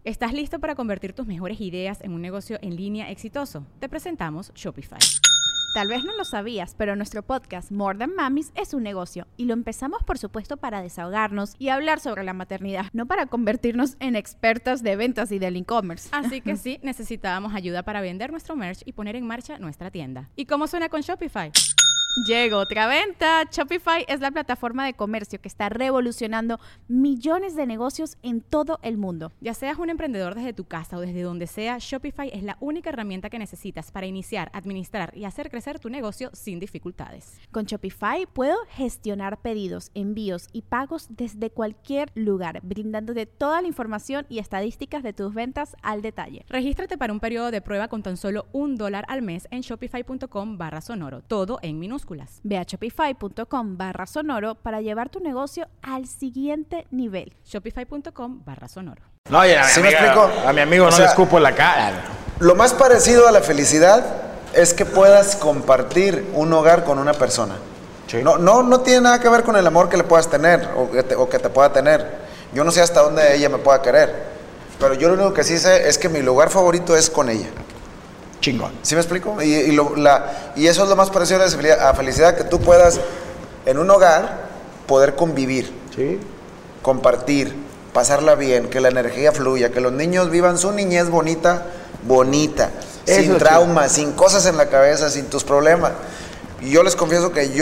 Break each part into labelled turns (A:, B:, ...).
A: ¿Estás listo para convertir tus mejores ideas en un negocio en línea exitoso? Te presentamos Shopify.
B: Tal vez no lo sabías, pero nuestro podcast More Than Mamis es un negocio y lo empezamos por supuesto para desahogarnos y hablar sobre la maternidad, no para convertirnos en expertas de ventas y del e-commerce.
A: Así que sí, necesitábamos ayuda para vender nuestro merch y poner en marcha nuestra tienda. ¿Y cómo suena con Shopify?
B: Llegó otra venta. Shopify es la plataforma de comercio que está revolucionando millones de negocios en todo el mundo.
A: Ya seas un emprendedor desde tu casa o desde donde sea, Shopify es la única herramienta que necesitas para iniciar, administrar y hacer crecer tu negocio sin dificultades.
B: Con Shopify puedo gestionar pedidos, envíos y pagos desde cualquier lugar, brindándote toda la información y estadísticas de tus ventas al detalle.
A: Regístrate para un periodo de prueba con tan solo $1 al mes en shopify.com/sonoro, todo en minúsculas.
B: Ve a shopify.com/sonoro para llevar tu negocio al siguiente nivel.
A: Shopify.com/sonoro.
C: No, oye,
D: ¿Sí me explico?
C: a mi amigo no le escupo en la cara.
D: Lo más parecido a la felicidad es que puedas compartir un hogar con una persona.
C: Sí.
D: No tiene nada que ver con el amor que le puedas tener o que te pueda tener. Yo no sé hasta dónde ella me pueda querer, pero yo lo único que sí sé es que mi lugar favorito es con ella.
C: Chingón.
D: ¿Sí me explico? Y eso es lo más parecido a felicidad, que tú puedas en un hogar poder convivir,
C: Sí.
D: compartir, pasarla bien, que la energía fluya, que los niños vivan su niñez bonita,
C: Eso
D: sin
C: es
D: traumas, sin cosas en la cabeza, sin tus problemas. Y yo les confieso que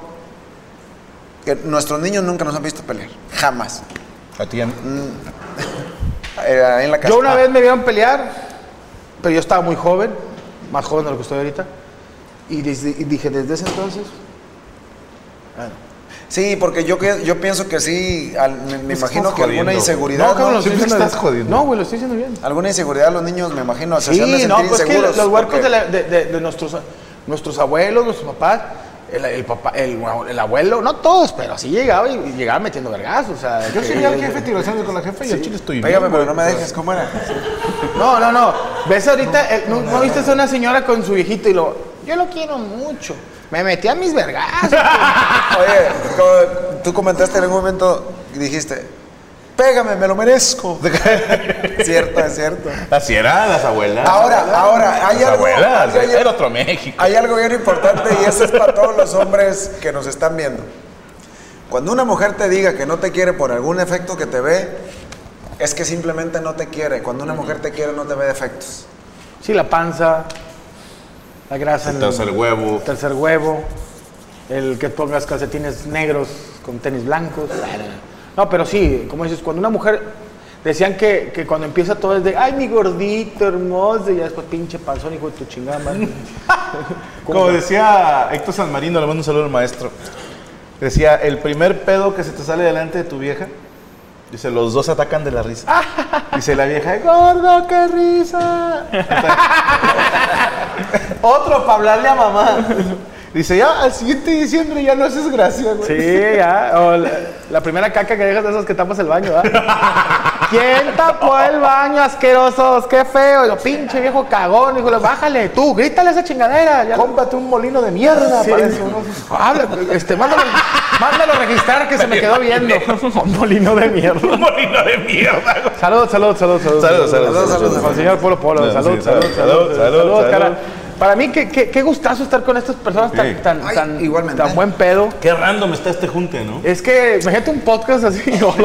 D: nuestros niños nunca nos han visto pelear, jamás.
C: A ti.
D: En la casa.
C: Yo una vez me vieron pelear, pero yo estaba muy joven, más joven de lo que estoy ahorita, y dije, desde ese entonces, bueno.
D: Sí, porque yo pienso que sí, me imagino que alguna inseguridad.
C: No, cabrón,
D: ¿no?
C: lo estoy
E: Siempre
C: diciendo
E: estás jodiendo.
C: No, güey, lo estoy diciendo bien.
D: Alguna inseguridad los niños, me imagino, se hacían de
C: Sí,
D: sentir
C: no, pues que
D: inseguros.
C: los huercos
D: porque-
C: de nuestros abuelos, nuestros papás, el papá, el abuelo, no todos, pero sí llegaba y llegaba metiendo vergazos, o sea.
E: Yo sería el jefe tirando con la jefa y al chile estoy bien.
D: Pégame, pero
E: güey.
D: no me dejes, ¿cómo era?
C: No. ¿Ves ahorita? ¿No viste a una señora con su viejito y yo lo quiero mucho? Me metí a mis vergazos.
D: Oye, tú comentaste en un momento y dijiste, pégame, me lo merezco. Cierto, es cierto.
E: Así eran las abuelas.
D: Ahora, hay
E: Las
D: algo.
E: abuelas,
D: hay-
E: era otro México.
D: Hay algo bien importante y eso es para todos los hombres que nos están viendo. Cuando una mujer te diga que no te quiere por algún efecto que te ve, es que simplemente no te quiere. Cuando una mujer te quiere, no te ve defectos.
C: Sí, la panza, la grasa,
E: El tercer huevo.
C: el tercer huevo, el que pongas calcetines negros con tenis blancos. No, pero sí, como dices, cuando una mujer, decían que cuando empieza todo es de, ay, mi gordito, hermoso, y ya después pinche panzón, hijo de tu chingada madre.
E: Como decía Héctor San Marino, le mando un saludo al maestro. Decía, el primer pedo que se te sale delante de tu vieja, dice, los dos atacan de la risa. Dice la vieja, gordo, qué risa.
C: Otro para hablarle a mamá.
E: Dice, ya, al siguiente diciembre ya no haces gracia, güey.
C: Sí, ya. O la primera caca que dejas de esos que tapas el baño, ¿verdad? ¿Quién tapó el baño, asquerosos? ¡Qué feo! Y lo pinche viejo cagón. Hijo, bájale, tú, grítale a esa chingadera. Ya.
E: Cómprate un molino de mierda,
C: Sí.
E: parece, ¿no?
C: Habla, mándalo a registrar que se me quedó viendo. Un molino de mierda.
E: Un molino de mierda, güey.
C: Salud. Con el señor Polo Polo.
E: Sí,
C: Salud, cara. Para mí, qué gustazo estar con estas personas
E: Sí.
D: Ay, igualmente.
C: tan buen pedo.
E: Qué random está este junte, ¿no?
C: Es que, imagínate un podcast así.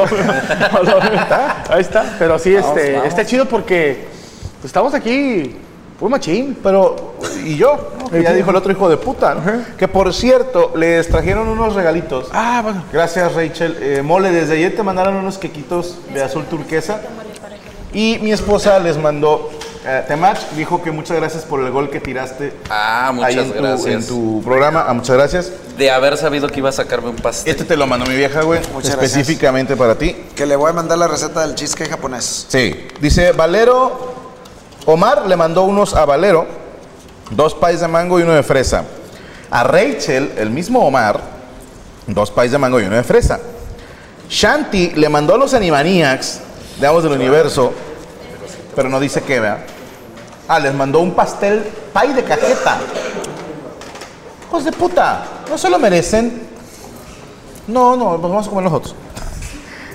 C: Ahí está. Pero sí,
D: Vamos.
C: está chido porque pues, estamos aquí, puro machín.
E: Pero, y yo, ¿no? Que ya dijo el otro hijo de puta, ¿no? Que por cierto, les trajeron unos regalitos.
C: Ah, bueno.
E: Gracias, Rachel. Mole, desde ayer te mandaron unos quequitos de azul turquesa. Y mi esposa les mandó Temach, dijo que muchas gracias por el gol que tiraste
F: Muchas
E: ahí
F: gracias.
E: en tu programa. Muchas gracias.
F: De haber sabido que iba a sacarme un pastel.
E: Este te lo mandó mi vieja, güey,
D: Muchas
E: específicamente para ti.
D: Que le voy a mandar la receta del cheesecake japonés.
E: Sí. Dice Valero, Omar le mandó unos a Valero, 2 pies de mango y 1 de fresa. A Rachel, el mismo Omar, 2 pies de mango y 1 de fresa. Shanti le mandó a los Animaniacs, digamos del universo, pero no dice qué, ¿verdad? Les mandó un pastel pie de cajeta. Hijos de puta, no se lo merecen. No, pues vamos a comer nosotros.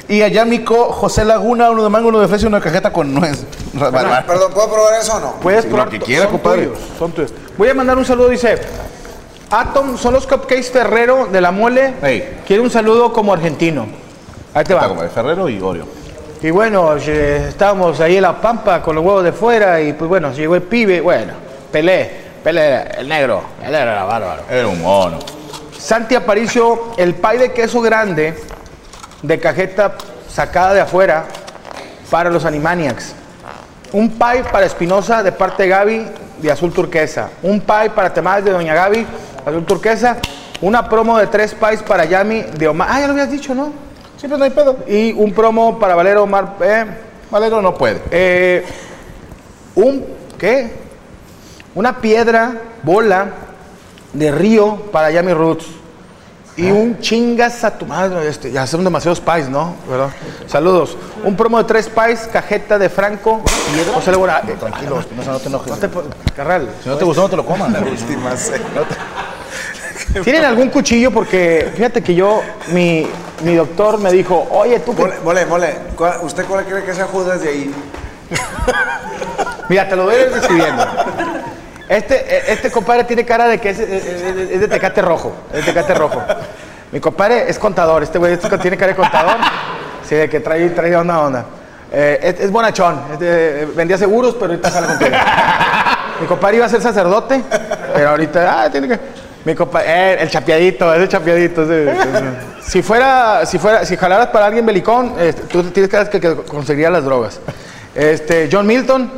E: Y allá Mico, José Laguna, uno de mango, uno de fresa y una cajeta con nuez.
D: Perdón, ¿puedo probar eso o no?
C: Puedes
E: Lo
C: probar.
E: que quiera,
C: son
E: compadre.
C: tuyos, son tuyos. Voy a mandar un saludo, dice. Atom, son los cupcakes Ferrero de la mole.
E: Ey.
C: Quiero un saludo como argentino. Ahí te
E: Está
C: va.
E: como de Ferrero y Oreo.
C: Y bueno, estábamos ahí en La Pampa con los huevos de fuera y pues bueno, llegó el pibe, bueno, Pelé, el negro era bárbaro.
E: Era un mono.
C: Santi Aparicio, el pay de queso grande de cajeta sacada de afuera para los Animaniacs. Un pay para Espinosa de parte de Gaby de azul turquesa. Un pay para Temales de Doña Gaby, azul turquesa. Una promo de 3 pies para Yami de Omar. Ah, ya lo habías dicho, ¿no?
E: Sí, pues no hay pedo.
C: Y un promo para Valero Omar.
E: Valero no puede.
C: ¿Qué? Una piedra, bola de río para Yami Roots. Y un chingas a tu madre. Ya son demasiados pies, ¿no? ¿Verdad? Saludos. Un promo de 3 pies, cajeta de Franco. José Legora.
E: Tranquilo, Espinosa, no te enojes.
C: Carral.
E: Si no te gustó, no te lo coman.
D: Última cena.
C: ¿Tienen algún cuchillo? Porque fíjate que mi doctor me dijo, oye, tú que...
D: Mole. ¿Usted cuál cree que sea Judas de ahí?
C: Mira, te lo voy a ir describiendo. Este compadre tiene cara de que es de Tecate rojo. Es de Tecate rojo. Mi compadre es contador. Este güey tiene cara de contador. Sí, de que trae onda. Es bonachón. Vendía seguros, pero ahorita sale contigo. Mi compadre iba a ser sacerdote, pero ahorita, tiene que... Mi compadre, el chapeadito, ese chapeadito. Si jalaras para alguien belicón, tú tienes que conseguiría las drogas. John Milton,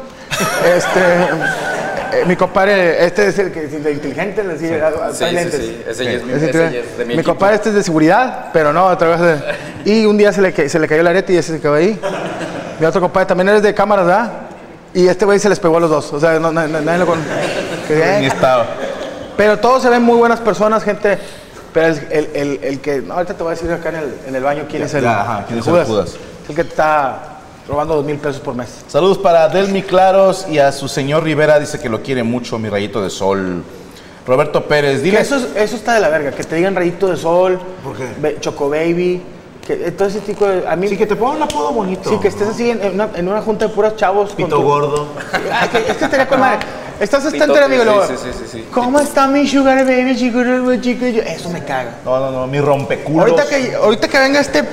C: mi compadre, este es el que es inteligente, le decía,
F: Sí, ese ya es de
C: mi compadre este es de seguridad, pero no, trabaja y un día se le cayó el arete y ese se quedó ahí. Mi otro compadre también eres de cámaras, ¿verdad? Y este güey se les pegó a los dos, o sea, nadie lo conoce.
E: Ni estaba.
C: Pero todos se ven muy buenas personas, gente. Pero el que... No, ahorita te voy a decir acá en el baño quién es el...
E: ¿quién es el Judas?
C: Es el que te está robando 2,000 pesos por mes.
E: Saludos para Delmi Claros y a su señor Rivera, dice que lo quiere mucho, mi rayito de sol. Roberto Pérez, dile...
C: Eso está de la verga, que te digan rayito de sol,
D: ¿por qué?
C: Choco Baby, que todo ese tipo de... A mí,
D: Sí, que te pongan un apodo bonito.
C: Sí, que estés así en una junta de puros chavos.
D: Pito gordo.
C: Este estaría con madre. Estás hasta
F: Pitote,
C: entera, amigo. Luego,
F: sí.
C: ¿cómo está mi sugar baby, chico? Eso me caga.
E: No, mi rompeculos.
C: Ahorita que venga este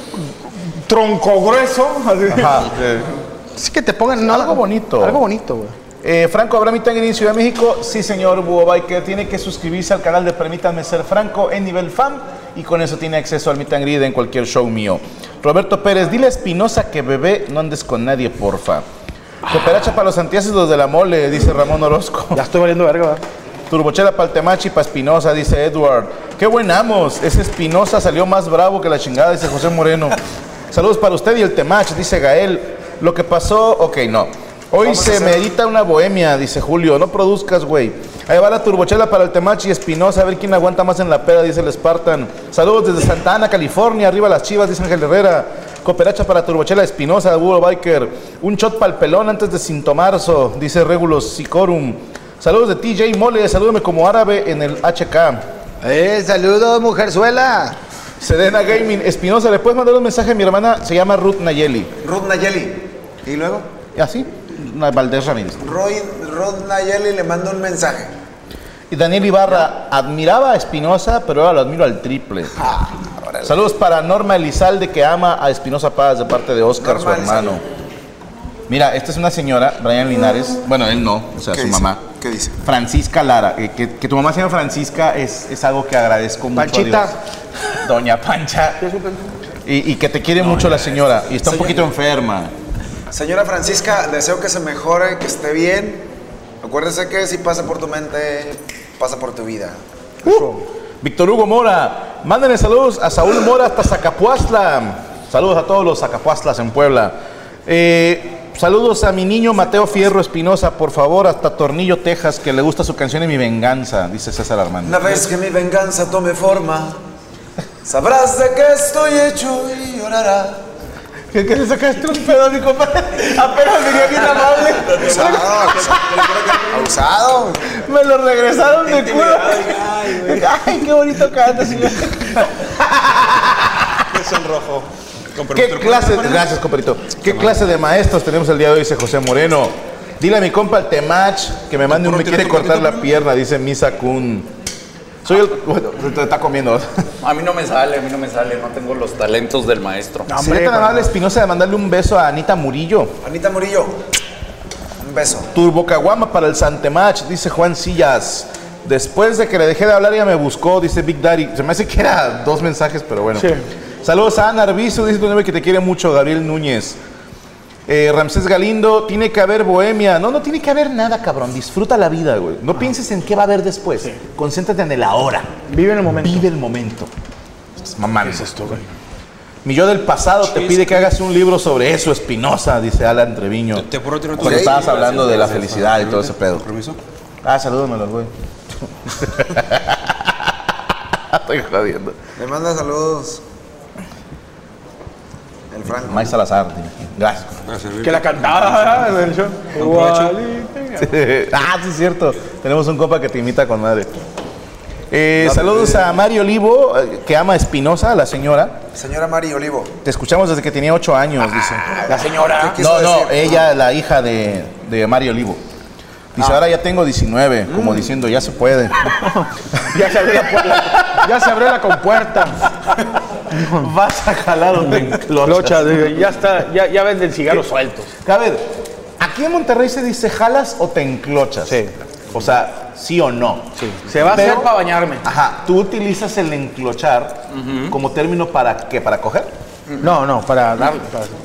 C: tronco grueso, así.
E: Ajá.
C: Sí que te pongan
E: Algo bonito.
C: Algo bonito, güey.
E: Franco, ¿habrá meet and greet en Ciudad de México? Sí, señor Búho Biker. Tiene que suscribirse al canal de Permítanme Ser Franco en nivel fan y con eso tiene acceso al meet and greet en cualquier show mío. Roberto Pérez, dile a Espinosa que bebé, no andes con nadie, porfa. Cooperacha para los antiácidos de la mole, dice Ramón Orozco.
C: Ya estoy valiendo verga, ¿verdad?
E: Turbochela para el Temachi, para Espinosa, dice Edward. ¡Qué buen amos! Ese Espinosa salió más bravo que la chingada, dice José Moreno. Saludos para usted y el Temach, dice Gael. Lo que pasó, ok, no. Hoy se medita una bohemia, dice Julio. No produzcas, güey. Ahí va la turbochela para el Temachi y Espinosa. A ver quién aguanta más en la peda, dice el Spartan. Saludos desde Santa Ana, California. Arriba las Chivas, dice Ángel Herrera. Cooperacha para turbochela Espinosa, Búho Biker. Un shot para el pelón antes de Sintomarzo, dice Regulus Sicorum. Saludos de TJ Mole. Salúdame como árabe en el HK.
D: Saludos, mujerzuela.
E: Sedena Gaming. Espinosa, ¿le puedes mandar un mensaje a mi hermana? Se llama Ruth Nayeli.
D: Ruth Nayeli. ¿Y luego?
E: ¿Y así? Valdés Ramírez.
D: Ruth Nayeli le manda un mensaje.
E: Y Daniel Ibarra, admiraba a Espinosa, pero ahora lo admiro al triple. Saludos para Norma Elizalde, que ama a Espinosa Paz, de parte de Oscar, su hermano. Mira, esta es una señora, Brian Linares. Bueno, él no, o sea, su mamá.
D: ¿Qué dice?
E: Francisca Lara. Que tu mamá se llama Francisca es algo que agradezco mucho
C: Panchita.
E: a Dios. Doña Pancha. Y que te quiere mucho la señora. Y está un poquito enferma.
D: Señora Francisca, deseo que se mejore, que esté bien. Acuérdese que si pasa por tu mente, pasa por tu vida.
E: Víctor Hugo Mora, mándenle saludos a Saúl Mora hasta Zacapuastla. Saludos a todos los Zacapuastlas en Puebla. Saludos a mi niño Mateo Fierro Espinosa, por favor, hasta Tornillo, Texas, que le gusta su canción y Mi Venganza, dice César Armando.
D: Una vez que mi venganza tome forma, sabrás de qué estoy hecho y llorarás.
E: ¿Qué le sacaste un pedo a mi compadre? Apenas venía bien amable.
D: Abusado.
E: Me lo regresaron de culo. Ay, qué bonito canta, señor.
D: Es el rojo.
E: ¿Qué clase? Gracias, compadrito. ¿Qué clase de maestros tenemos el día de hoy? Dice José Moreno. Dile a mi compa el Temach que me mande un me quiere cortar la pierna, dice Misa Kun. Soy el... Bueno, te está comiendo.
F: A mí no me sale, no tengo los talentos del maestro.
E: No, hombre, tan amable Espinosa de mandarle un beso a Anita Murillo.
D: Anita Murillo, un beso.
E: Turbocaguama para el Santemach, dice Juan Sillas. Después de que le dejé de hablar ya me buscó, dice Big Daddy. Se me hace que era 2 mensajes, pero bueno. Sí. Saludos a Ana Arbizu, dice tu nombre que te quiere mucho, Gabriel Núñez. Ramsés Galindo, tiene que haber bohemia. No tiene que haber nada, cabrón. Disfruta la vida, güey. No pienses en qué va a haber después. Sí. Concéntrate en el ahora.
C: Vive el momento.
E: Vive el momento. Mamá, ¿qué es esto, güey? Mi yo del pasado te pide que hagas un libro sobre eso, Espinosa, dice Alan Treviño. Cuando estabas hablando de la felicidad y todo ese pedo. ¿Permiso? Salúdamelo, güey. Estoy jodiendo.
D: Me manda saludos. El Franco.
E: May Salazar, gracias.
C: Que la cantaba del show.
E: Sí, es cierto. Tenemos un compa que te imita con madre. Saludos a Mari Olivo, que ama a Espinosa, la señora.
D: Señora Mari Olivo.
E: Te escuchamos desde que tenía 8 años, dice.
C: La señora.
E: No, ella, la hija de Mari Olivo. Dice, ahora ya tengo 19, como diciendo, ya se puede.
C: Ya se abrió la puerta. Ya se abrió la compuerta.
E: Vas a jalar o te enclochas.
C: Ya está, ya venden cigarros sueltos.
E: A ver, aquí en Monterrey se dice jalas o te enclochas.
C: Sí.
E: O sea, sí o no.
C: Sí. Se va a hacer para bañarme.
E: Ajá. ¿Tú utilizas el enclochar como término para qué? ¿Para coger?
C: No, para darle.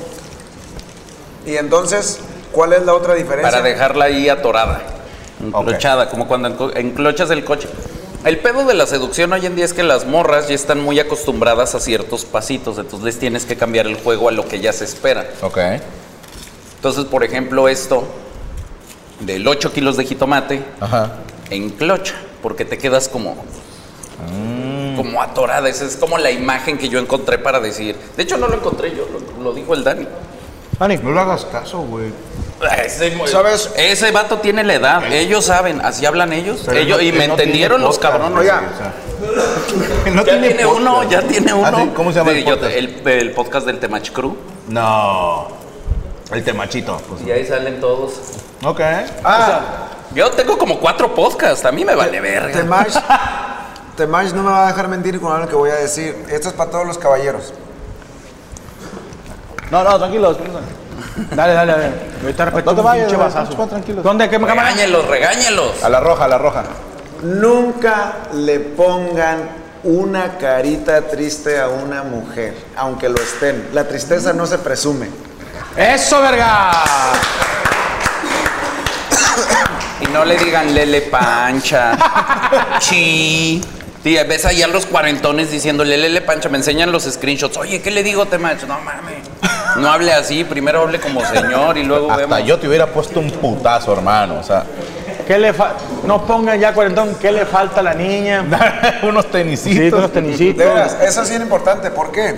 D: Y entonces, ¿cuál es la otra diferencia?
F: Para dejarla ahí atorada, enclochada, como cuando enclochas el coche. El pedo de la seducción hoy en día es que las morras ya están muy acostumbradas a ciertos pasitos, entonces les tienes que cambiar el juego a lo que ya se espera.
E: Ok.
F: Entonces, por ejemplo, esto del 8 kilos de jitomate, enclocha, porque te quedas como atorada. Esa es como la imagen que yo encontré para decir. De hecho, no lo encontré yo, lo dijo el Dani.
E: Dani, no le hagas caso, güey.
F: ¿Sabes? Ese vato tiene la edad. Ellos saben, así hablan ellos. Y me entendieron los cabrones.
D: Oiga,
F: ya tiene uno.
E: ¿Sí? ¿Cómo se llama el podcast?
F: El podcast del Temach Crew.
E: No, el Temachito. Pues.
F: Y ahí salen todos.
E: Ok.
F: Yo tengo como 4 podcasts. A mí me vale verga.
D: Temach no me va a dejar mentir con algo que voy a decir. Esto es para todos los caballeros.
E: No, tranquilos.
C: Dale. Ahorita repito,
E: no te vayas,
C: tranquilo. ¿Dónde? ¿Qué me
F: Regáñelos.
E: A la roja.
D: Nunca le pongan una carita triste a una mujer, aunque lo estén. La tristeza no se presume.
C: ¡Eso, verga!
F: Y no le digan Lele Pancha. Sí. Sí, ves ahí a los cuarentones diciéndole Lele Pancha, me enseñan los screenshots. Oye, ¿qué le digo, Temach? No mames. No hable así, primero hable como señor y luego
E: hasta
F: vemos.
E: Yo te hubiera puesto un putazo, hermano, o sea.
C: No pongan ya cuarentón, ¿qué le falta a la niña?
E: Unos tenisitos.
C: Sí, unos tenisitos.
D: De veras, eso es bien importante. ¿Por qué?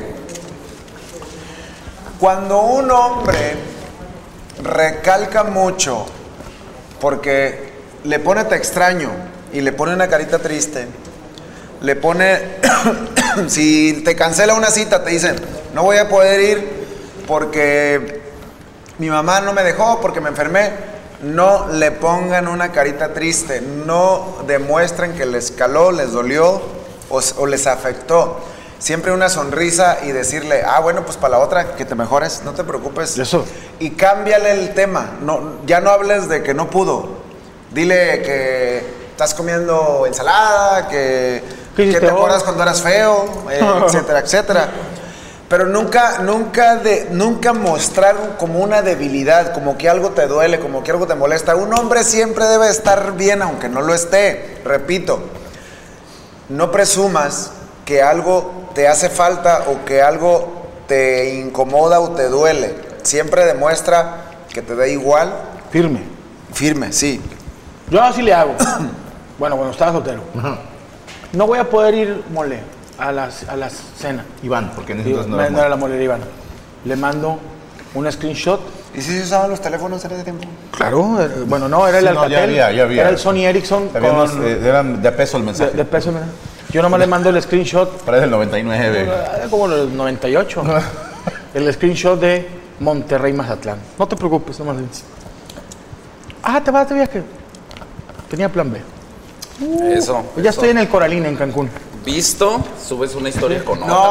D: Cuando un hombre recalca mucho porque le pone te extraño y le pone una carita triste, le pone, si te cancela una cita, te dicen, no voy a poder ir porque mi mamá no me dejó, porque me enfermé. No le pongan una carita triste, no demuestren que les caló, les dolió o les afectó. Siempre una sonrisa y decirle, bueno, pues para la otra, que te mejores, no te preocupes.
C: Eso.
D: Y cámbiale el tema, ya no hables de que no pudo. Dile que estás comiendo ensalada, que te acuerdas cuando eras feo, etcétera, etcétera. Pero nunca mostrar como una debilidad, como que algo te duele, como que algo te molesta. Un hombre siempre debe estar bien, aunque no lo esté. Repito, no presumas que algo te hace falta o que algo te incomoda o te duele. Siempre demuestra que te da igual. Firme, sí.
C: Yo así le hago. Bueno, cuando estaba soltero. No voy a poder ir, mole, a la cena.
E: Iván, porque
C: no era la mole, Iván. Le mando un screenshot.
D: ¿Y si se usaban los teléfonos en ese tiempo?
C: Claro, bueno, no, era el Alcatel.
E: Ya había.
C: Era el Sony Ericsson.
E: Eran de peso el mensaje.
C: De peso el mensaje. Yo nomás le mando el screenshot.
E: Parece el 99.
C: Como el 98. el screenshot de Monterrey, Mazatlán. No te preocupes, nomás. ¿Te vas de viaje? Tenía plan B.
F: Eso.
C: Ya estoy en el Coralino, en Cancún.
F: Visto, subes una historia con otra.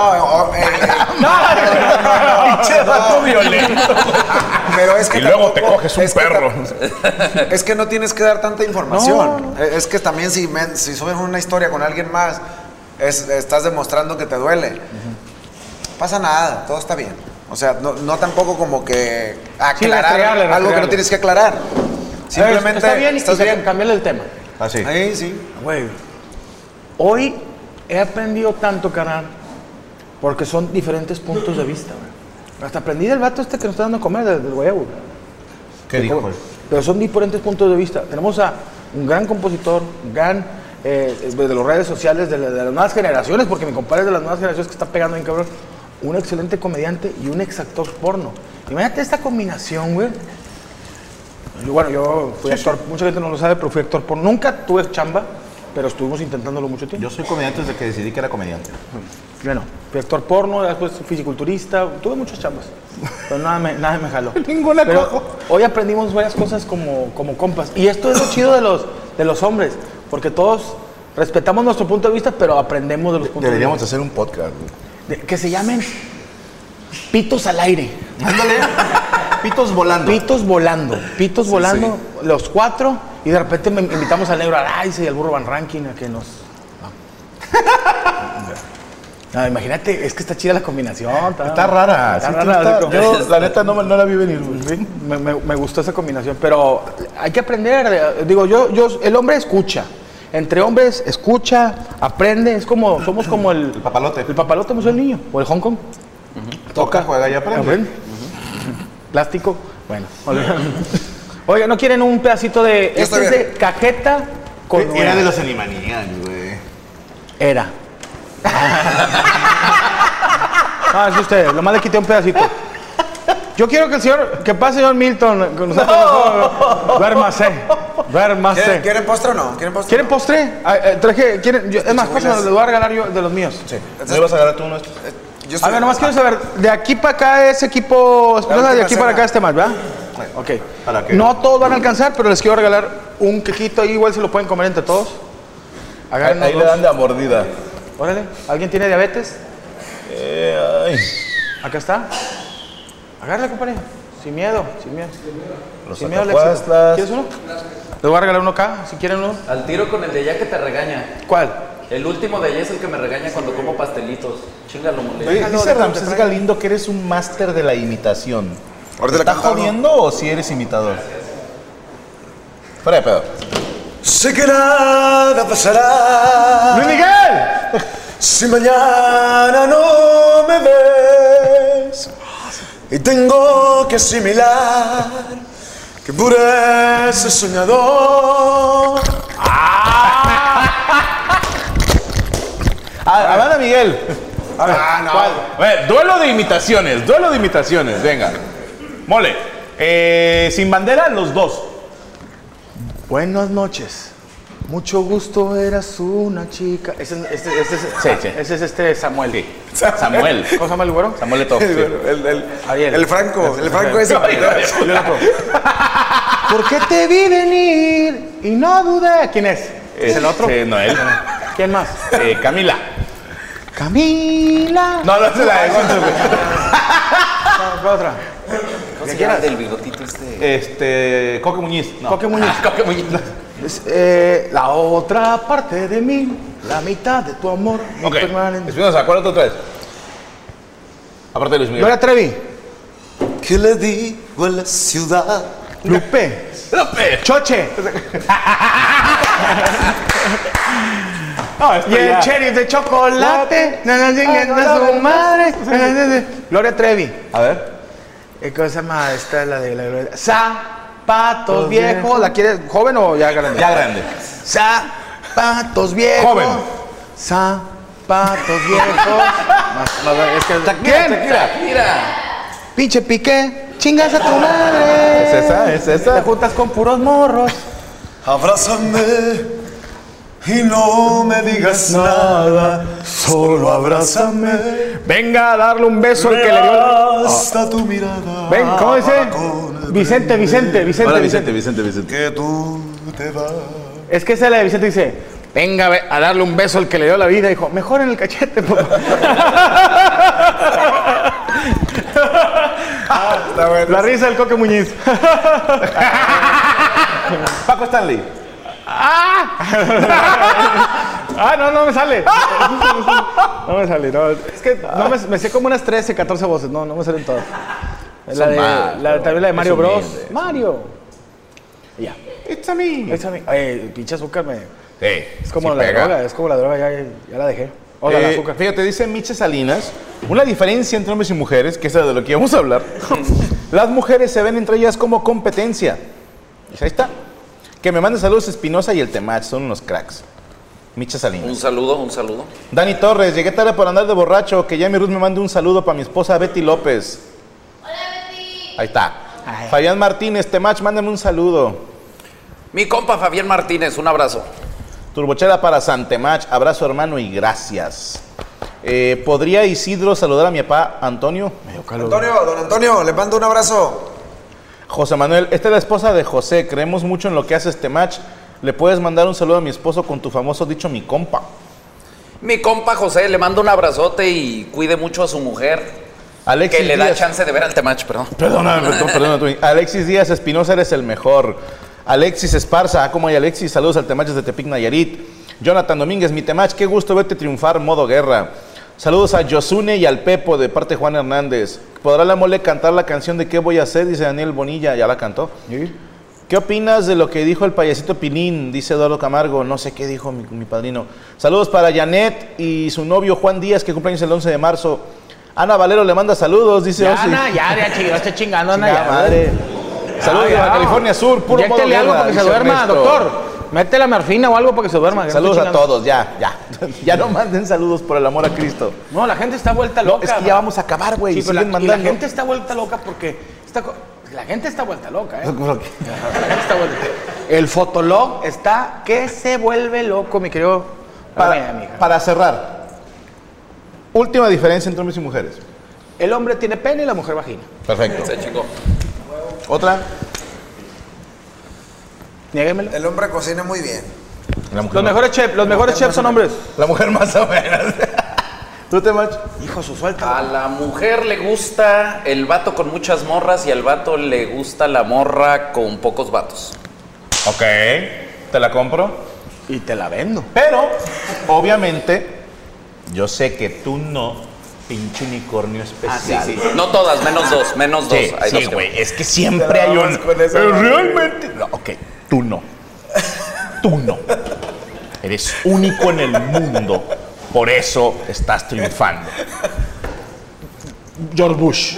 E: Pinche vato violento.
D: Pero es que
E: Y luego te
D: tampoco-
E: coges un
D: es que
E: perro.
D: Es que no tienes que dar tanta información. Es que también si subes una historia con alguien más, estás demostrando que te duele. Pasa nada, todo está bien. O sea, no tampoco como que aclarar algo que no tienes que aclarar. Simplemente
C: está bien,
D: estás bien.
C: Cambiarle el tema.
E: Así.
D: Ahí sí.
C: Güey, hoy he aprendido tanto, carnal, porque son diferentes puntos de vista, güey. Hasta aprendí del vato este que nos está dando a comer, del guayabo, güey.
E: ¿Qué dijo?
C: Pero son diferentes puntos de vista. Tenemos a un gran compositor, un gran de las redes sociales, de las nuevas generaciones, porque mi compadre es de las nuevas generaciones que está pegando bien cabrón, un excelente comediante y un ex actor porno. Imagínate esta combinación, güey. Bueno, yo fui actor, mucha gente no lo sabe, pero fui actor porno. Nunca tuve chamba, pero estuvimos intentándolo mucho tiempo.
E: Yo soy comediante desde que decidí que era comediante.
C: Bueno, fui actor porno, después fisiculturista, tuve muchas chambas, pero nada me jaló.
E: Ninguna
C: Pero
E: cojo.
C: hoy aprendimos varias cosas como compas. Y esto es lo chido de los hombres, porque todos respetamos nuestro punto de vista, pero aprendemos de los puntos
E: Deberíamos
C: de
E: hacer un podcast.
C: vista. Que se llamen pitos al aire.
E: Ándale. Pitos volando.
C: Pitos volando, los cuatro, y de repente invitamos al negro Araiza y al burro Van Ranking a que nos... No, imagínate, es que está chida la combinación.
E: Está rara.
C: Está
E: sí,
C: rara.
E: Yo, la neta, no la vi venir. Güey.
C: Me gustó esa combinación, pero hay que aprender. Digo, el hombre escucha. Entre hombres escucha, aprende. Somos como el
E: papalote.
C: El papalote, pues el niño. O el Hong Kong.
E: Toca, juega y aprende.
C: Plástico. Bueno. Oiga, ¿no quieren un pedacito de...
D: Yo
C: Este
D: estoy
C: es de cajeta con
E: Era
C: nuez?
E: de los Animaniacs, güey.
C: Era. Es usted, lo más le quité un pedacito. Yo quiero que pase señor Milton con nosotros. Duérmase.
D: ¿Quieren postre o no?
C: ¿Quieren postre? Es más, cosas les voy a regalar yo de los míos.
D: Sí.
E: ¿No ibas a agarrar tú uno de estos?
D: Yo
C: A
D: estoy-
C: ver, nomás quiero saber, de aquí para acá es equipo Espinosa, de
D: última
C: aquí para
D: cena.
C: acá este más, ¿verdad? Ok.
E: ¿Para qué?
C: No todos van a alcanzar, pero les quiero regalar un quequito ahí, igual se lo pueden comer entre todos. Agarren
E: Ahí le dan de a mordida.
C: Órale, ¿alguien tiene diabetes?
E: Ay.
C: Acá está. Agárrale, compadre. Sin miedo.
E: Los
C: Sin miedo,
E: sacapuastlas.
C: ¿Quieres uno? Les voy a regalar uno acá, si quieren uno.
F: Al tiro con el de allá que te regaña.
C: ¿Cuál?
F: El último de allá es el que me regaña cuando como pastelitos. Chíngalo, mole.
E: Oye, dice Ramsés Galindo que eres un máster de la imitación.
D: Ahorita
E: ¿Te
D: le
E: está
D: cantamos.
E: jodiendo o si eres imitador? Fuera de pedo.
D: Sé que nada pasará.
C: ¡Luis Miguel!
D: Si mañana no me ves y tengo que asimilar que por ese soñador.
E: Amanda Miguel.
C: A ver,
D: no.
C: ¿cuál?
E: A ver, duelo de imitaciones, venga. Mole, sin bandera, los dos.
C: Buenas noches. Mucho gusto, eras una chica. Ese es Samuel.
E: Samuel.
C: ¿Cómo se llama el güero?
E: Samuel Eto'o. sí.
C: Ariel.
D: El Franco ese.
C: Y el otro. ¿Por qué te vi venir y no dudé? ¿Quién es? ¿Es el otro?
E: Noel.
C: ¿Quién más?
E: Camila.
C: Camila.
E: No, no se la de Gonzo, güey.
C: ¿Cuál otra?
F: ¿Cómo se llama del bigotito este?
E: Coque Muñiz. No.
C: Coque Muñiz.
F: Coque Muñiz.
C: La otra parte de mí, la mitad de tu amor.
E: Ok.
C: permanente.
E: Espinosa, acuérdate otra vez. Aparte de Luis Miguel.
C: Gloria Trevi.
D: ¿Qué le digo a la ciudad?
C: Lupe.
E: López.
C: Choche.
E: No, esto
C: Y el
E: ya.
C: sheriff de chocolate. No su madre. Gloria Trevi.
E: A ver.
C: ¿Cómo se llama? Esta es la de la Gloria. Zapatos viejos. ¿La quieres joven o ya grande?
E: Ya grande.
C: Zapatos viejos.
E: Joven.
C: Zapatos viejos. Es que,
E: Shakira.
F: Mira.
C: Pinche Piqué. Chingas a tu madre.
E: Es esa.
C: Te juntas con puros morros.
D: Abrázame y no me digas nada, solo abrázame.
C: Venga a darle un beso al que le dio.
D: Hasta tu mirada.
C: Ven, ¿cómo dice? Vicente.
E: Hola, Vicente.
D: Que tú te vas.
C: Es que esa es la de Vicente, dice, venga a darle un beso al que le dio la vida. Dijo, mejor en el cachete, papá.
D: Está bueno.
C: La risa del Coque Muñiz.
E: Paco Stanley.
C: No me sale. No me sale. No. Es que no me sé como unas 13, 14 voces. No me salen todas. También la de Mario Bros. Mario. Ya.
E: It's a me.
C: Pinche azúcar me...
E: Sí,
C: Es como
E: sí
C: la
E: pega.
C: droga, ya la dejé. Hola, el azúcar.
E: Fíjate, dice Miche Salinas, una diferencia entre hombres y mujeres, que es de lo que íbamos a hablar. Las mujeres se ven entre ellas como competencia. Dice, ahí está. Que me mande saludos Espinosa y el Temach, son unos cracks. Miche Salinas.
F: Un saludo.
E: Dani Torres, llegué tarde por andar de borracho, que ya mi Ruth me mande un saludo para mi esposa Betty López.
G: Hola, Betty.
E: Ahí está. Fabián Martínez, Temach, mándame un saludo.
F: Mi compa Fabián Martínez, un abrazo.
E: Turbochera para Santemach, abrazo hermano y gracias. ¿Podría Isidro saludar a mi papá Antonio?
D: Don Antonio, le mando un abrazo.
E: José Manuel, esta es la esposa de José, creemos mucho en lo que hace este match. ¿Le puedes mandar un saludo a mi esposo con tu famoso dicho mi compa?
F: Mi compa José, le mando un abrazote y cuide mucho a su mujer.
E: Alexis
F: Que le da
E: Díaz.
F: chance de ver al Temach, perdón.
E: Perdóname. Alexis Díaz Espinosa, eres el mejor. Alexis Esparza, ¿cómo hay Alexis? Saludos al Temach desde Tepic, Nayarit. Jonathan Domínguez, mi Temach, qué gusto verte triunfar, modo guerra. Saludos a Yosune y al Pepo de parte de Juan Hernández. ¿Podrá la mole cantar la canción de qué voy a hacer? Dice Daniel Bonilla, ya la cantó.
C: ¿Sí?
E: ¿Qué opinas de lo que dijo el payasito Pilín? Dice Eduardo Camargo, no sé qué dijo mi padrino. Saludos para Janet y su novio Juan Díaz, que cumpleaños el 11 de marzo. Ana Valero le manda saludos, dice
C: Ya,
E: Osi.
C: Ana, ya estoy chingando, Ana,
E: Chingada
C: ya.
E: madre. Saludos
C: Ya.
E: a California Sur, puro modo
C: Inyéctele algo
E: guerra,
C: para que se
E: dice
C: duerma,
E: Ernesto.
C: doctor. Métele morfina o algo para que se duerma. que no
E: Saludos
C: estoy
E: a
C: chingando.
E: todos, ya. Ya no manden saludos por el amor a Cristo.
C: No, la gente está vuelta
E: No,
C: loca.
E: es que ya vamos a acabar, güey.
C: Sí,
E: Siguen
C: pero la
E: mandando.
C: gente está vuelta loca porque... La gente está vuelta loca, ¿eh? La gente está vuelta. El fotolog está que se vuelve loco, mi querido...
E: Para cerrar, última diferencia entre hombres y mujeres.
C: El hombre tiene pene y la mujer vagina.
E: Perfecto.
F: Se chingó.
E: Otra.
C: Niéguemelo.
D: El hombre cocina muy bien.
E: La mujer,
C: Los mejores chefs son hombres.
E: La mujer más o menos. ¿Tú te mach?
C: Hijo, su suelta.
F: A la mujer le gusta el vato con muchas morras y al vato le gusta la morra con pocos vatos.
E: Ok, te la compro.
C: Y te la vendo.
E: Pero, obviamente, yo sé que tú no, pinche unicornio especial.
F: No todas, menos dos.
E: Sí,
F: Hay
E: sí,
F: dos que-
E: güey, es que siempre hay un... Realmente... No, ok, tú no. Tú no. Eres único en el mundo. Por eso estás triunfando.
C: George Bush.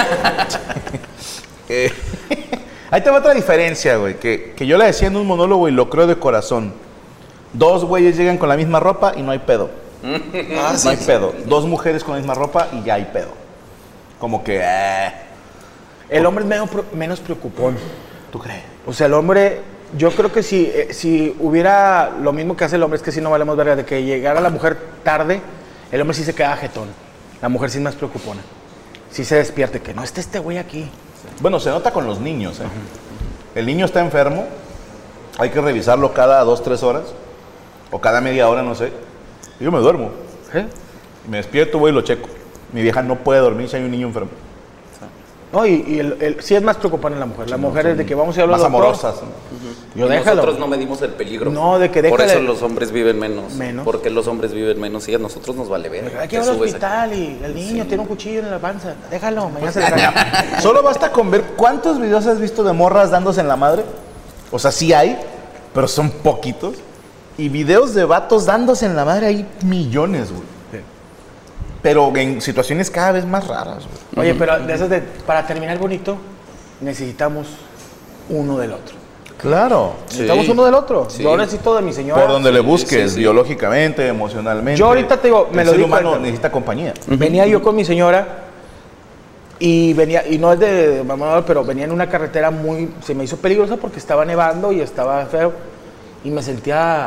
E: Ahí te va otra diferencia, güey, que yo la decía en un monólogo y lo creo de corazón. Dos güeyes llegan con la misma ropa y no hay pedo. No hay pedo. Dos mujeres con la misma ropa y ya hay pedo. Como que...
C: El hombre es menos preocupón.
E: ¿Tú crees?
C: O sea, el hombre, yo creo que si hubiera lo mismo que hace el hombre, es que si no valemos verga, de que llegara la mujer tarde, el hombre sí se queda jetón. La mujer sí es más preocupona. Sí se despierte, que no esté este güey aquí.
E: Bueno, se nota con los niños, ¿eh? El niño está enfermo, hay que revisarlo cada 2-3 horas, o cada media hora, no sé. Yo me duermo. Me despierto, voy y lo checo. Mi vieja no puede dormir si hay un niño enfermo.
C: No, sí es más preocupante la mujer. La mujer es de que vamos a ir a hablar
E: Más amorosas.
C: Yo déjalo.
F: Nosotros no medimos el peligro.
C: No, de que
F: Por
C: déjale-
F: eso los hombres viven menos.
C: Menos.
F: Porque los hombres viven menos y a nosotros nos vale ver.
C: Hay que
F: Te
C: ir al
F: subes
C: hospital y el niño tiene un cuchillo en la panza. Déjalo, mañana se le cae.
E: Solo basta con ver cuántos videos has visto de morras dándose en la madre. O sea, sí hay, pero son poquitos. Y videos de vatos dándose en la madre hay millones, güey. Pero en situaciones cada vez más raras, güey.
C: Oye, pero de esas para terminar bonito, necesitamos uno del otro.
E: Claro.
C: Necesitamos uno del otro.
F: Sí.
C: Yo necesito de mi señora.
E: Por donde le busques,
F: sí.
E: biológicamente, emocionalmente.
C: Yo ahorita te digo, me
E: el
C: lo
E: ser
C: di
E: humano
C: cuenta.
E: necesita compañía.
C: Venía yo con mi señora y venía, y no es de mamador, pero venía en una carretera se me hizo peligrosa porque estaba nevando y estaba feo y me sentía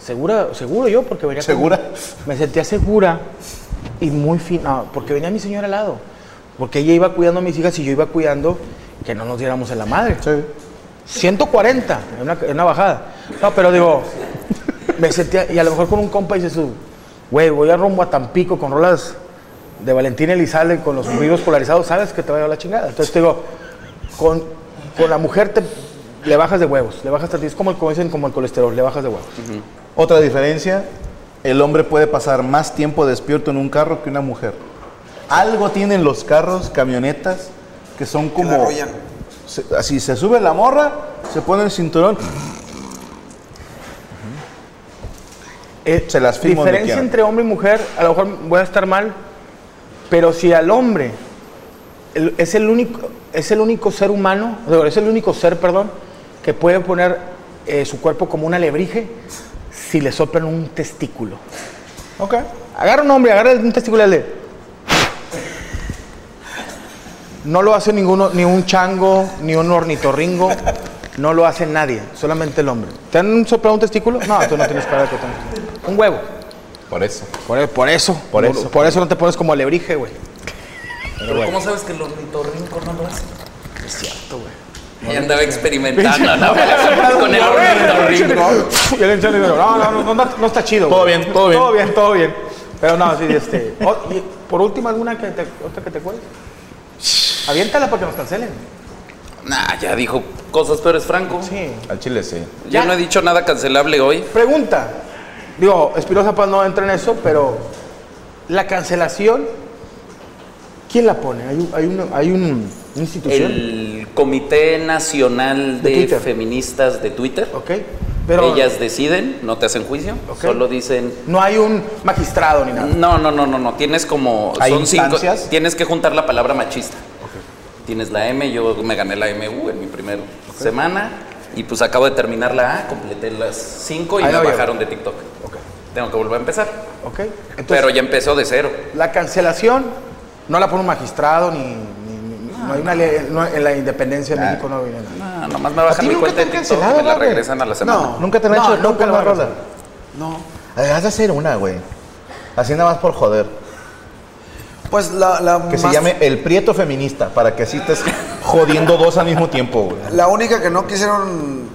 C: Seguro yo, porque venía...
E: ¿Segura?
C: Me sentía segura y muy fina, no, porque venía mi señora al lado. Porque ella iba cuidando a mis hijas y yo iba cuidando que no nos diéramos en la madre.
E: Sí.
C: 140 en una bajada. No, pero digo, me sentía... Y a lo mejor con un compa dices tú, güey, voy a rumbo a Tampico con rolas de Valentín Elizalde con los ruidos polarizados, sabes que te va a llevar la chingada. Entonces te digo, con la mujer le bajas de huevos, le bajas es como dicen, como el colesterol, le bajas de huevos.
E: Otra diferencia, el hombre puede pasar más tiempo despierto en un carro que una mujer. Algo tienen los carros, camionetas, que son
D: Que
E: como...
D: la arrollan.
E: Así se sube la morra, se pone el cinturón. Se las firmo donde
C: Diferencia
E: quieran.
C: entre hombre y mujer, a lo mejor voy a estar mal, pero si al hombre es el único ser humano, es el único ser, perdón, que puede poner su cuerpo como un alebrije si le soplan un testículo.
E: Ok.
C: Agarra un hombre, agarra un testículo y le... No lo hace ninguno, ni un chango, ni un ornitorringo, no lo hace nadie, solamente el hombre. ¿Te han soplado un testículo? No, tú no tienes cara de que tengas. Un huevo.
E: Por eso.
C: Por eso no te pones como alebrije, güey.
F: Pero ¿cómo sabes que el ornitorrinco no lo hace?
C: Es cierto, güey.
F: Y andaba experimentando, ¿no? Con el ornitorrinco.
C: Y el hinchado le digo, no está chido.
E: Todo
C: güey.
E: bien, todo bien.
C: Todo bien. Pero no, sí, y por último, ¿alguna otra que te acuerdes? Aviéntala para que nos cancelen.
F: Nah, ya dijo cosas peores, Franco.
C: Sí.
E: Al chile sí.
F: Yo no he dicho nada cancelable hoy.
C: Pregunta. Digo, Espinosa Paz no entra en eso, pero la cancelación, ¿quién la pone? ¿Hay una institución?
F: El Comité Nacional
C: De
F: de
C: Twitter.
F: Feministas de Twitter.
C: Ok. Pero
F: Ellas deciden, no te hacen juicio,
C: Ok.
F: solo dicen...
C: no hay un magistrado ni nada.
F: No, tienes como...
E: ¿Hay
F: son 5,
E: instancias?
F: tienes que juntar la palabra machista. Tienes la M, yo me gané la MU en mi primera semana y pues acabo de terminar la A, completé las 5 y
C: Ahí
F: me
C: la veo.
F: bajaron de TikTok.
C: Ok.
F: Tengo que volver a empezar.
C: Ok. Entonces,
F: Pero ya empezó de cero.
C: la cancelación no la pone un magistrado ni no hay una ley, en la independencia de México no viene nada.
F: No, nomás me bajan mi
C: nunca
F: cuenta
C: te
F: de
C: han
F: TikTok y
C: cancelado,
F: me la
C: güey?
F: regresan a la semana.
C: No.
E: ¿Nunca te han hecho
C: nunca
E: una
C: lo van a
E: rola?
C: hacer. No.
E: Has de hacer una, güey. Así nada más por joder.
D: Pues la
E: Que se
D: más-
E: llame El Prieto Feminista, para que así estés jodiendo dos al mismo tiempo, güey.
D: La única que no quisieron,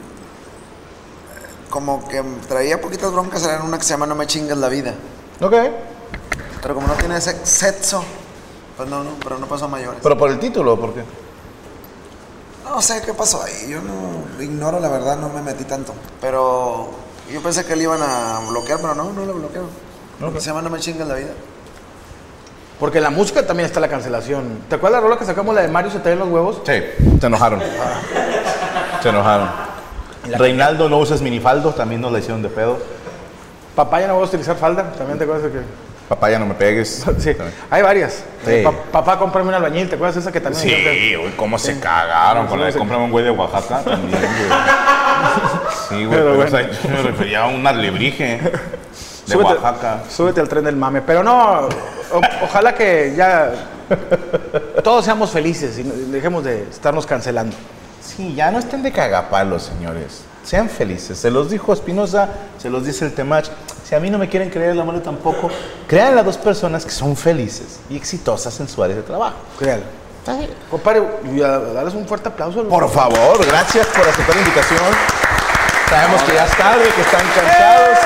D: como que traía poquitas broncas, era una que se llama No me chingues la vida.
E: Ok.
D: Pero como no tiene ese sexo, pues no, pero no pasó a mayores.
E: Pero por el título, ¿por qué?
D: No sé qué pasó ahí, yo no ignoro la verdad, no me metí tanto. Pero yo pensé que le iban a bloquear, pero no lo bloquearon. Porque se llama No me chingues la vida.
C: Porque en la música también está la cancelación. ¿Te acuerdas la rola que sacamos, la de Mario se te ven los huevos?
E: Sí, se enojaron. Se enojaron. Reinaldo, no uses minifaldo, también nos la hicieron de pedo.
C: Papá, ya no voy a utilizar falda. ¿También te acuerdas de que...?
E: Papá, ya no me pegues.
C: Sí, hay varias.
E: Sí.
C: Papá, cómprame un albañil. ¿Te acuerdas esa que también?
E: Sí, güey, cómo se cagaron con la de cómprame un güey de Oaxaca también, güey. Sí, güey, pero
C: Pero bueno.
E: o sea, yo me refería a un alebrije de
C: Súbete-
E: Oaxaca.
C: Súbete al tren del mame. Pero no, ojalá que ya todos seamos felices y dejemos de estarnos cancelando.
E: Sí, ya no estén de cagapalos, señores. Sean felices. Se los dijo Espinosa, se los dice el Temach. Si a mí no me quieren creer, la mano tampoco. Crean a dos personas que son felices y exitosas en su área de trabajo.
C: Créalo. Compadre, y darles un fuerte aplauso.
E: Por favor, gracias por aceptar la invitación. Sabemos que ya es tarde, que están cansados.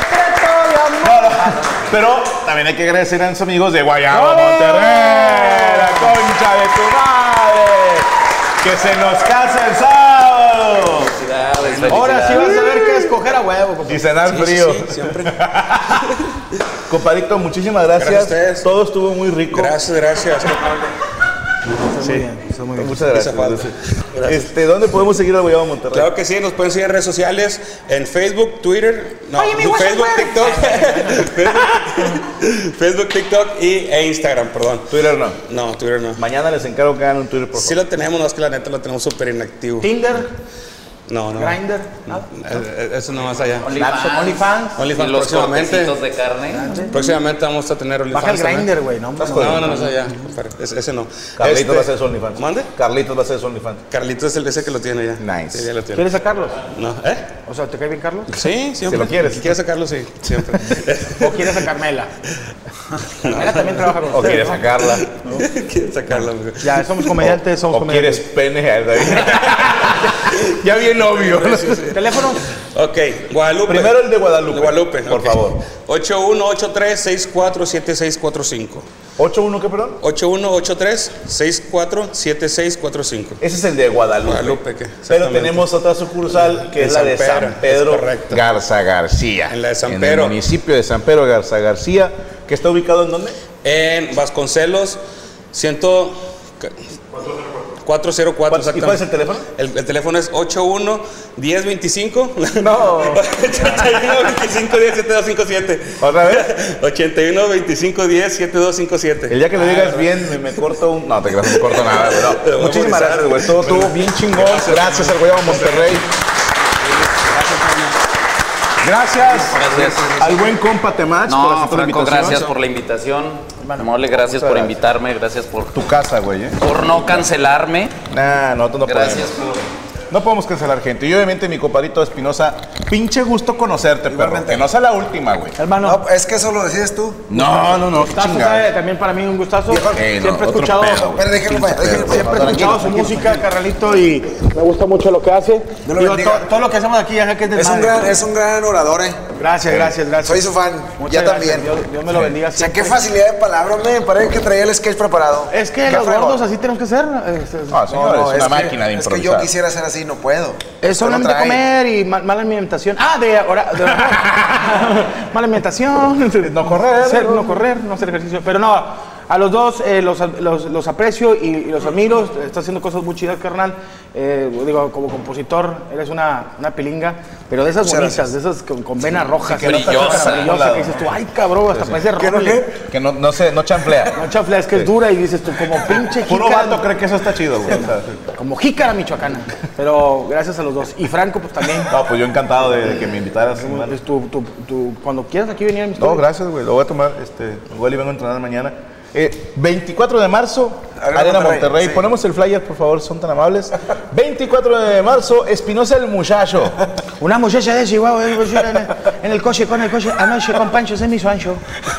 E: Pero también hay que agradecer a los amigos de Guayabo, Monterrey, la concha de tu madre, que se nos casa el sábado.
F: Felicidades,
C: Ahora sí
F: felicidades.
C: vas a ver qué escoger a huevo. compadre.
E: Y cenar frío.
H: Sí, siempre.
E: Compadrito, muchísimas gracias.
H: Gracias a ustedes.
E: Todo estuvo muy rico.
H: Gracias.
C: Está muy bien, está muy bien.
E: Muchas gracias.
H: Gracias.
E: ¿Dónde podemos seguir al Guayabo Monterrey?
H: Claro que sí, nos pueden seguir en redes sociales, en Facebook, Twitter, no, Facebook, TikTok, Facebook, TikTok e Instagram, perdón.
E: Twitter no.
H: No, Twitter no.
E: Mañana les encargo que hagan un Twitter, por
H: Sí
E: favor.
H: lo tenemos, no es que la neta lo tenemos súper inactivo.
C: Tinder.
H: No.
C: Grindr, ¿no?
H: Eso no más allá.
C: OnlyFans.
H: OnlyFans
F: Y los
H: próximamente.
F: cortecitos de carne.
H: Próximamente vamos a tener OnlyFans.
C: Baja el
H: también.
C: Grindr, güey, no.
H: No es allá. Ese no.
E: Carlitos va a hacer su OnlyFans.
H: ¿Mande?
E: Carlitos va a hacer su OnlyFans.
H: Carlitos es el ese que lo tiene ya.
E: Nice.
H: Sí, ya lo tiene.
C: ¿Quieres sacarlos?
H: No,
C: O sea, ¿te cae bien Carlos?
H: Sí, siempre.
E: Si lo quieres.
H: Si quieres sacarlo, sí, siempre.
C: ¿O quieres a Carmela? Carmela también trabaja con
E: O
C: ustedes,
E: quieres
C: ¿no?
E: sacarla.
H: Quieres sacarlo. güey.
C: Ya, somos comediantes, somos
E: O quieres
C: comediantes.
E: pene. Ya bien obvio.
C: ¿Teléfono?
H: Ok, Guadalupe.
E: Primero el de Guadalupe.
H: De Guadalupe,
E: por
H: ok.
E: favor.
H: 8183-647645.
E: 81, ¿qué, perdón?
H: 8183-647645.
E: Ese es el de Guadalupe.
H: Guadalupe, ¿qué?
E: Pero
H: Exactamente.
E: tenemos otra sucursal que
H: En
E: es la de
H: San
E: San
H: Pedro,
E: Pedro
H: es correcto.
E: Garza García.
H: En la de San
E: En
H: Pedro.
E: el municipio de San Pedro Garza García, que está ubicado en dónde?
H: En Vasconcelos, 404,
E: ¿Y cuál es el teléfono?
H: El teléfono es 81-1025.
C: No.
H: 81-25-10-7257.
E: ¿Otra vez?
H: 81-25-10-7257.
E: El día que lo digas bien, me corto un... No, te creas, no me corto nada. Pero
H: Te voy a
E: muchísimas
H: movilizar.
E: gracias, güey. Todo estuvo bien chingón. Gracias al Guayabo Monterrey. Gracias al buen compa Temach por
F: No,
E: aceptar la
F: Franco,
E: invitación.
F: gracias por la invitación. Mole, gracias por invitarme, gracias por
E: Tu casa, güey,
F: por no cancelarme.
E: Nah, nosotros no
F: Gracias
E: podemos.
F: por...
E: No podemos cancelar gente. Y obviamente mi compadrito Espinosa, pinche gusto conocerte, perro.
D: Igualmente.
E: Que no sea la última, güey.
C: Hermano,
D: No, es que eso lo decides tú.
E: No,
C: gustazo,
E: chingada.
C: ¿sabe? También para mí un gustazo. Siempre he
E: otro
C: escuchado...
E: pedo, güey.
D: Pero déjenlo para allá, déjenlo para allá.
C: Siempre he escuchado su música, carnalito, y me gusta mucho lo que hace.
D: Dios lo
C: Digo,
D: bendiga.
C: todo lo que hacemos aquí ya sé que es desmadre.
D: Es un gran orador,
C: Gracias.
D: Soy su fan.
C: Muchas
D: Ya
C: gracias.
D: también.
C: Dios me lo bendiga
D: O sea,
C: siempre.
D: qué facilidad de palabra, me parece que traía el sketch preparado.
C: Es que
D: Qué
C: los
D: fregón.
C: gordos así tenemos que ser.
E: Ah, señor, es una
D: que-
E: máquina de
D: Es que
E: improvisar.
D: yo quisiera ser así, no puedo.
C: Es
D: Usted lo
C: solamente
D: trae.
C: comer y mala alimentación. Mala alimentación.
E: No correr,
C: No correr, no hacer ejercicio. Pero no, a los dos los aprecio y los admiro. Está haciendo cosas muy chidas, carnal. Digo, como compositor, eres una pilinga. Pero de esas
D: Muchas
C: bonitas,
D: gracias.
C: de esas con venas rojas.
F: Brillosa.
C: Brillosa, que dices tú, ay cabrón, hasta parece roble.
E: Que no chanflea.
C: No chaflea, es que es dura y dices tú, como pinche
E: Puro
C: jícara.
E: vato cree que eso está chido, güey. O sea,
C: Como jícara michoacana. Pero gracias a los dos. Y Franco, pues también.
E: no, pues yo encantado de que me invitaras.
C: Pues cuando quieras aquí venir a mi
E: No,
C: estudio.
E: gracias, güey. Lo voy a tomar. Igual y vengo a entrenar mañana. 24 de marzo, Arena Monterrey.
D: sí.
E: Ponemos el flyer, por favor, son tan amables. 24 de marzo, Espinosa el Muchacho.
C: Una muchacha de Chihuahua en el coche, con el coche, anoche con Pancho, se me hizo ancho.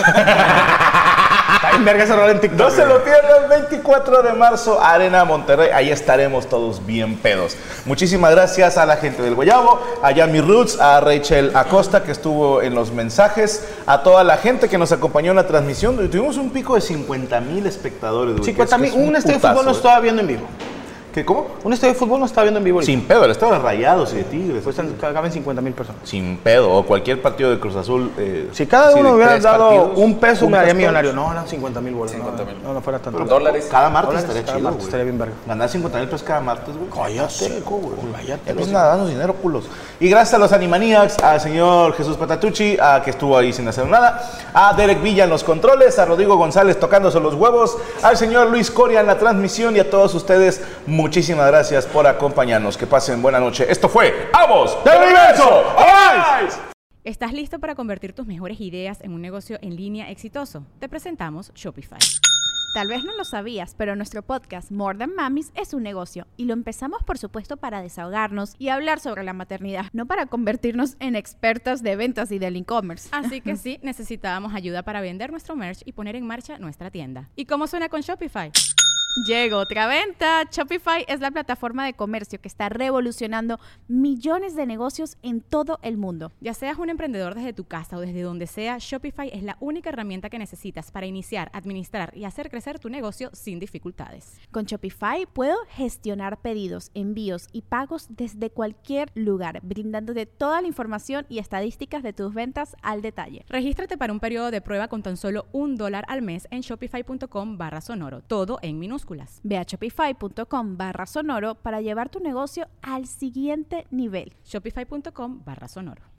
C: Está bien verga ese rol en TikTok.
E: No se lo pierdan, 24 de marzo, Arena Monterrey. Ahí estaremos todos bien pedos. Muchísimas gracias a la gente del Guayabo, a Yami Roots, a Rachel Acosta, que estuvo en los mensajes, a toda la gente que nos acompañó en la transmisión. Tuvimos un pico de 50,000 espectadores. güey,
C: 50,000,
E: que es
C: un estadio de
E: putazo,
C: fútbol no
E: güey.
C: estaba viendo en vivo.
E: ¿Qué, cómo?
C: Un estadio de fútbol no estaba viendo en vivo. ahorita.
E: Sin pedo, el estado de Rayados y de Tigres.
C: Pues caben 50,000 personas.
E: Sin pedo, o cualquier partido de Cruz Azul.
C: Si cada
E: así
C: uno
E: de
C: hubiera
E: 3
C: dado
E: partidos,
C: un peso, me haría
E: juntas
C: millonario.
E: todos.
C: No, eran 50,000 bolas.
F: 50,000.
C: No fuera tanto.
F: Dólares.
E: Cada martes
C: Dólares,
E: estaría
C: cada
E: chido,
C: martes
E: güey.
C: estaría bien verga.
E: Ganar 50,000 pesos cada martes, güey.
C: Cállate,
E: güey.
C: cállate.
E: Ya nos danos dinero, culos. Y gracias a los Animaniacs, al señor Jesús Patatucci, que estuvo ahí sin hacer nada, a Derek Villa en los controles, a Rodrigo González tocándose los huevos, al señor Luis Coria en la transmisión y a todos ustedes, muchísimas gracias por acompañarnos. Que pasen buena noche. Esto fue ¡Amos del Universo! ¡Ay!
A: ¿Estás listo para convertir tus mejores ideas en un negocio en línea exitoso? Te presentamos Shopify.
B: Tal vez no lo sabías, pero nuestro podcast More Than Mamis es un negocio y lo empezamos por supuesto para desahogarnos y hablar sobre la maternidad, no para convertirnos en expertas de ventas y del e-commerce.
A: Así que sí, necesitábamos ayuda para vender nuestro merch y poner en marcha nuestra tienda. ¿Y cómo suena con Shopify?
B: Llegó otra venta. Shopify es la plataforma de comercio que está revolucionando millones de negocios en todo el mundo.
A: Ya seas un emprendedor desde tu casa o desde donde sea, Shopify es la única herramienta que necesitas para iniciar, administrar y hacer crecer tu negocio sin dificultades.
B: Con Shopify puedo gestionar pedidos, envíos y pagos desde cualquier lugar, brindándote toda la información y estadísticas de tus ventas al detalle.
A: Regístrate para un periodo de prueba con tan solo $1 al mes en shopify.com/sonoro, todo en minúsculas.
B: Ve a shopify.com/sonoro para llevar tu negocio al siguiente nivel.
A: Shopify.com/sonoro.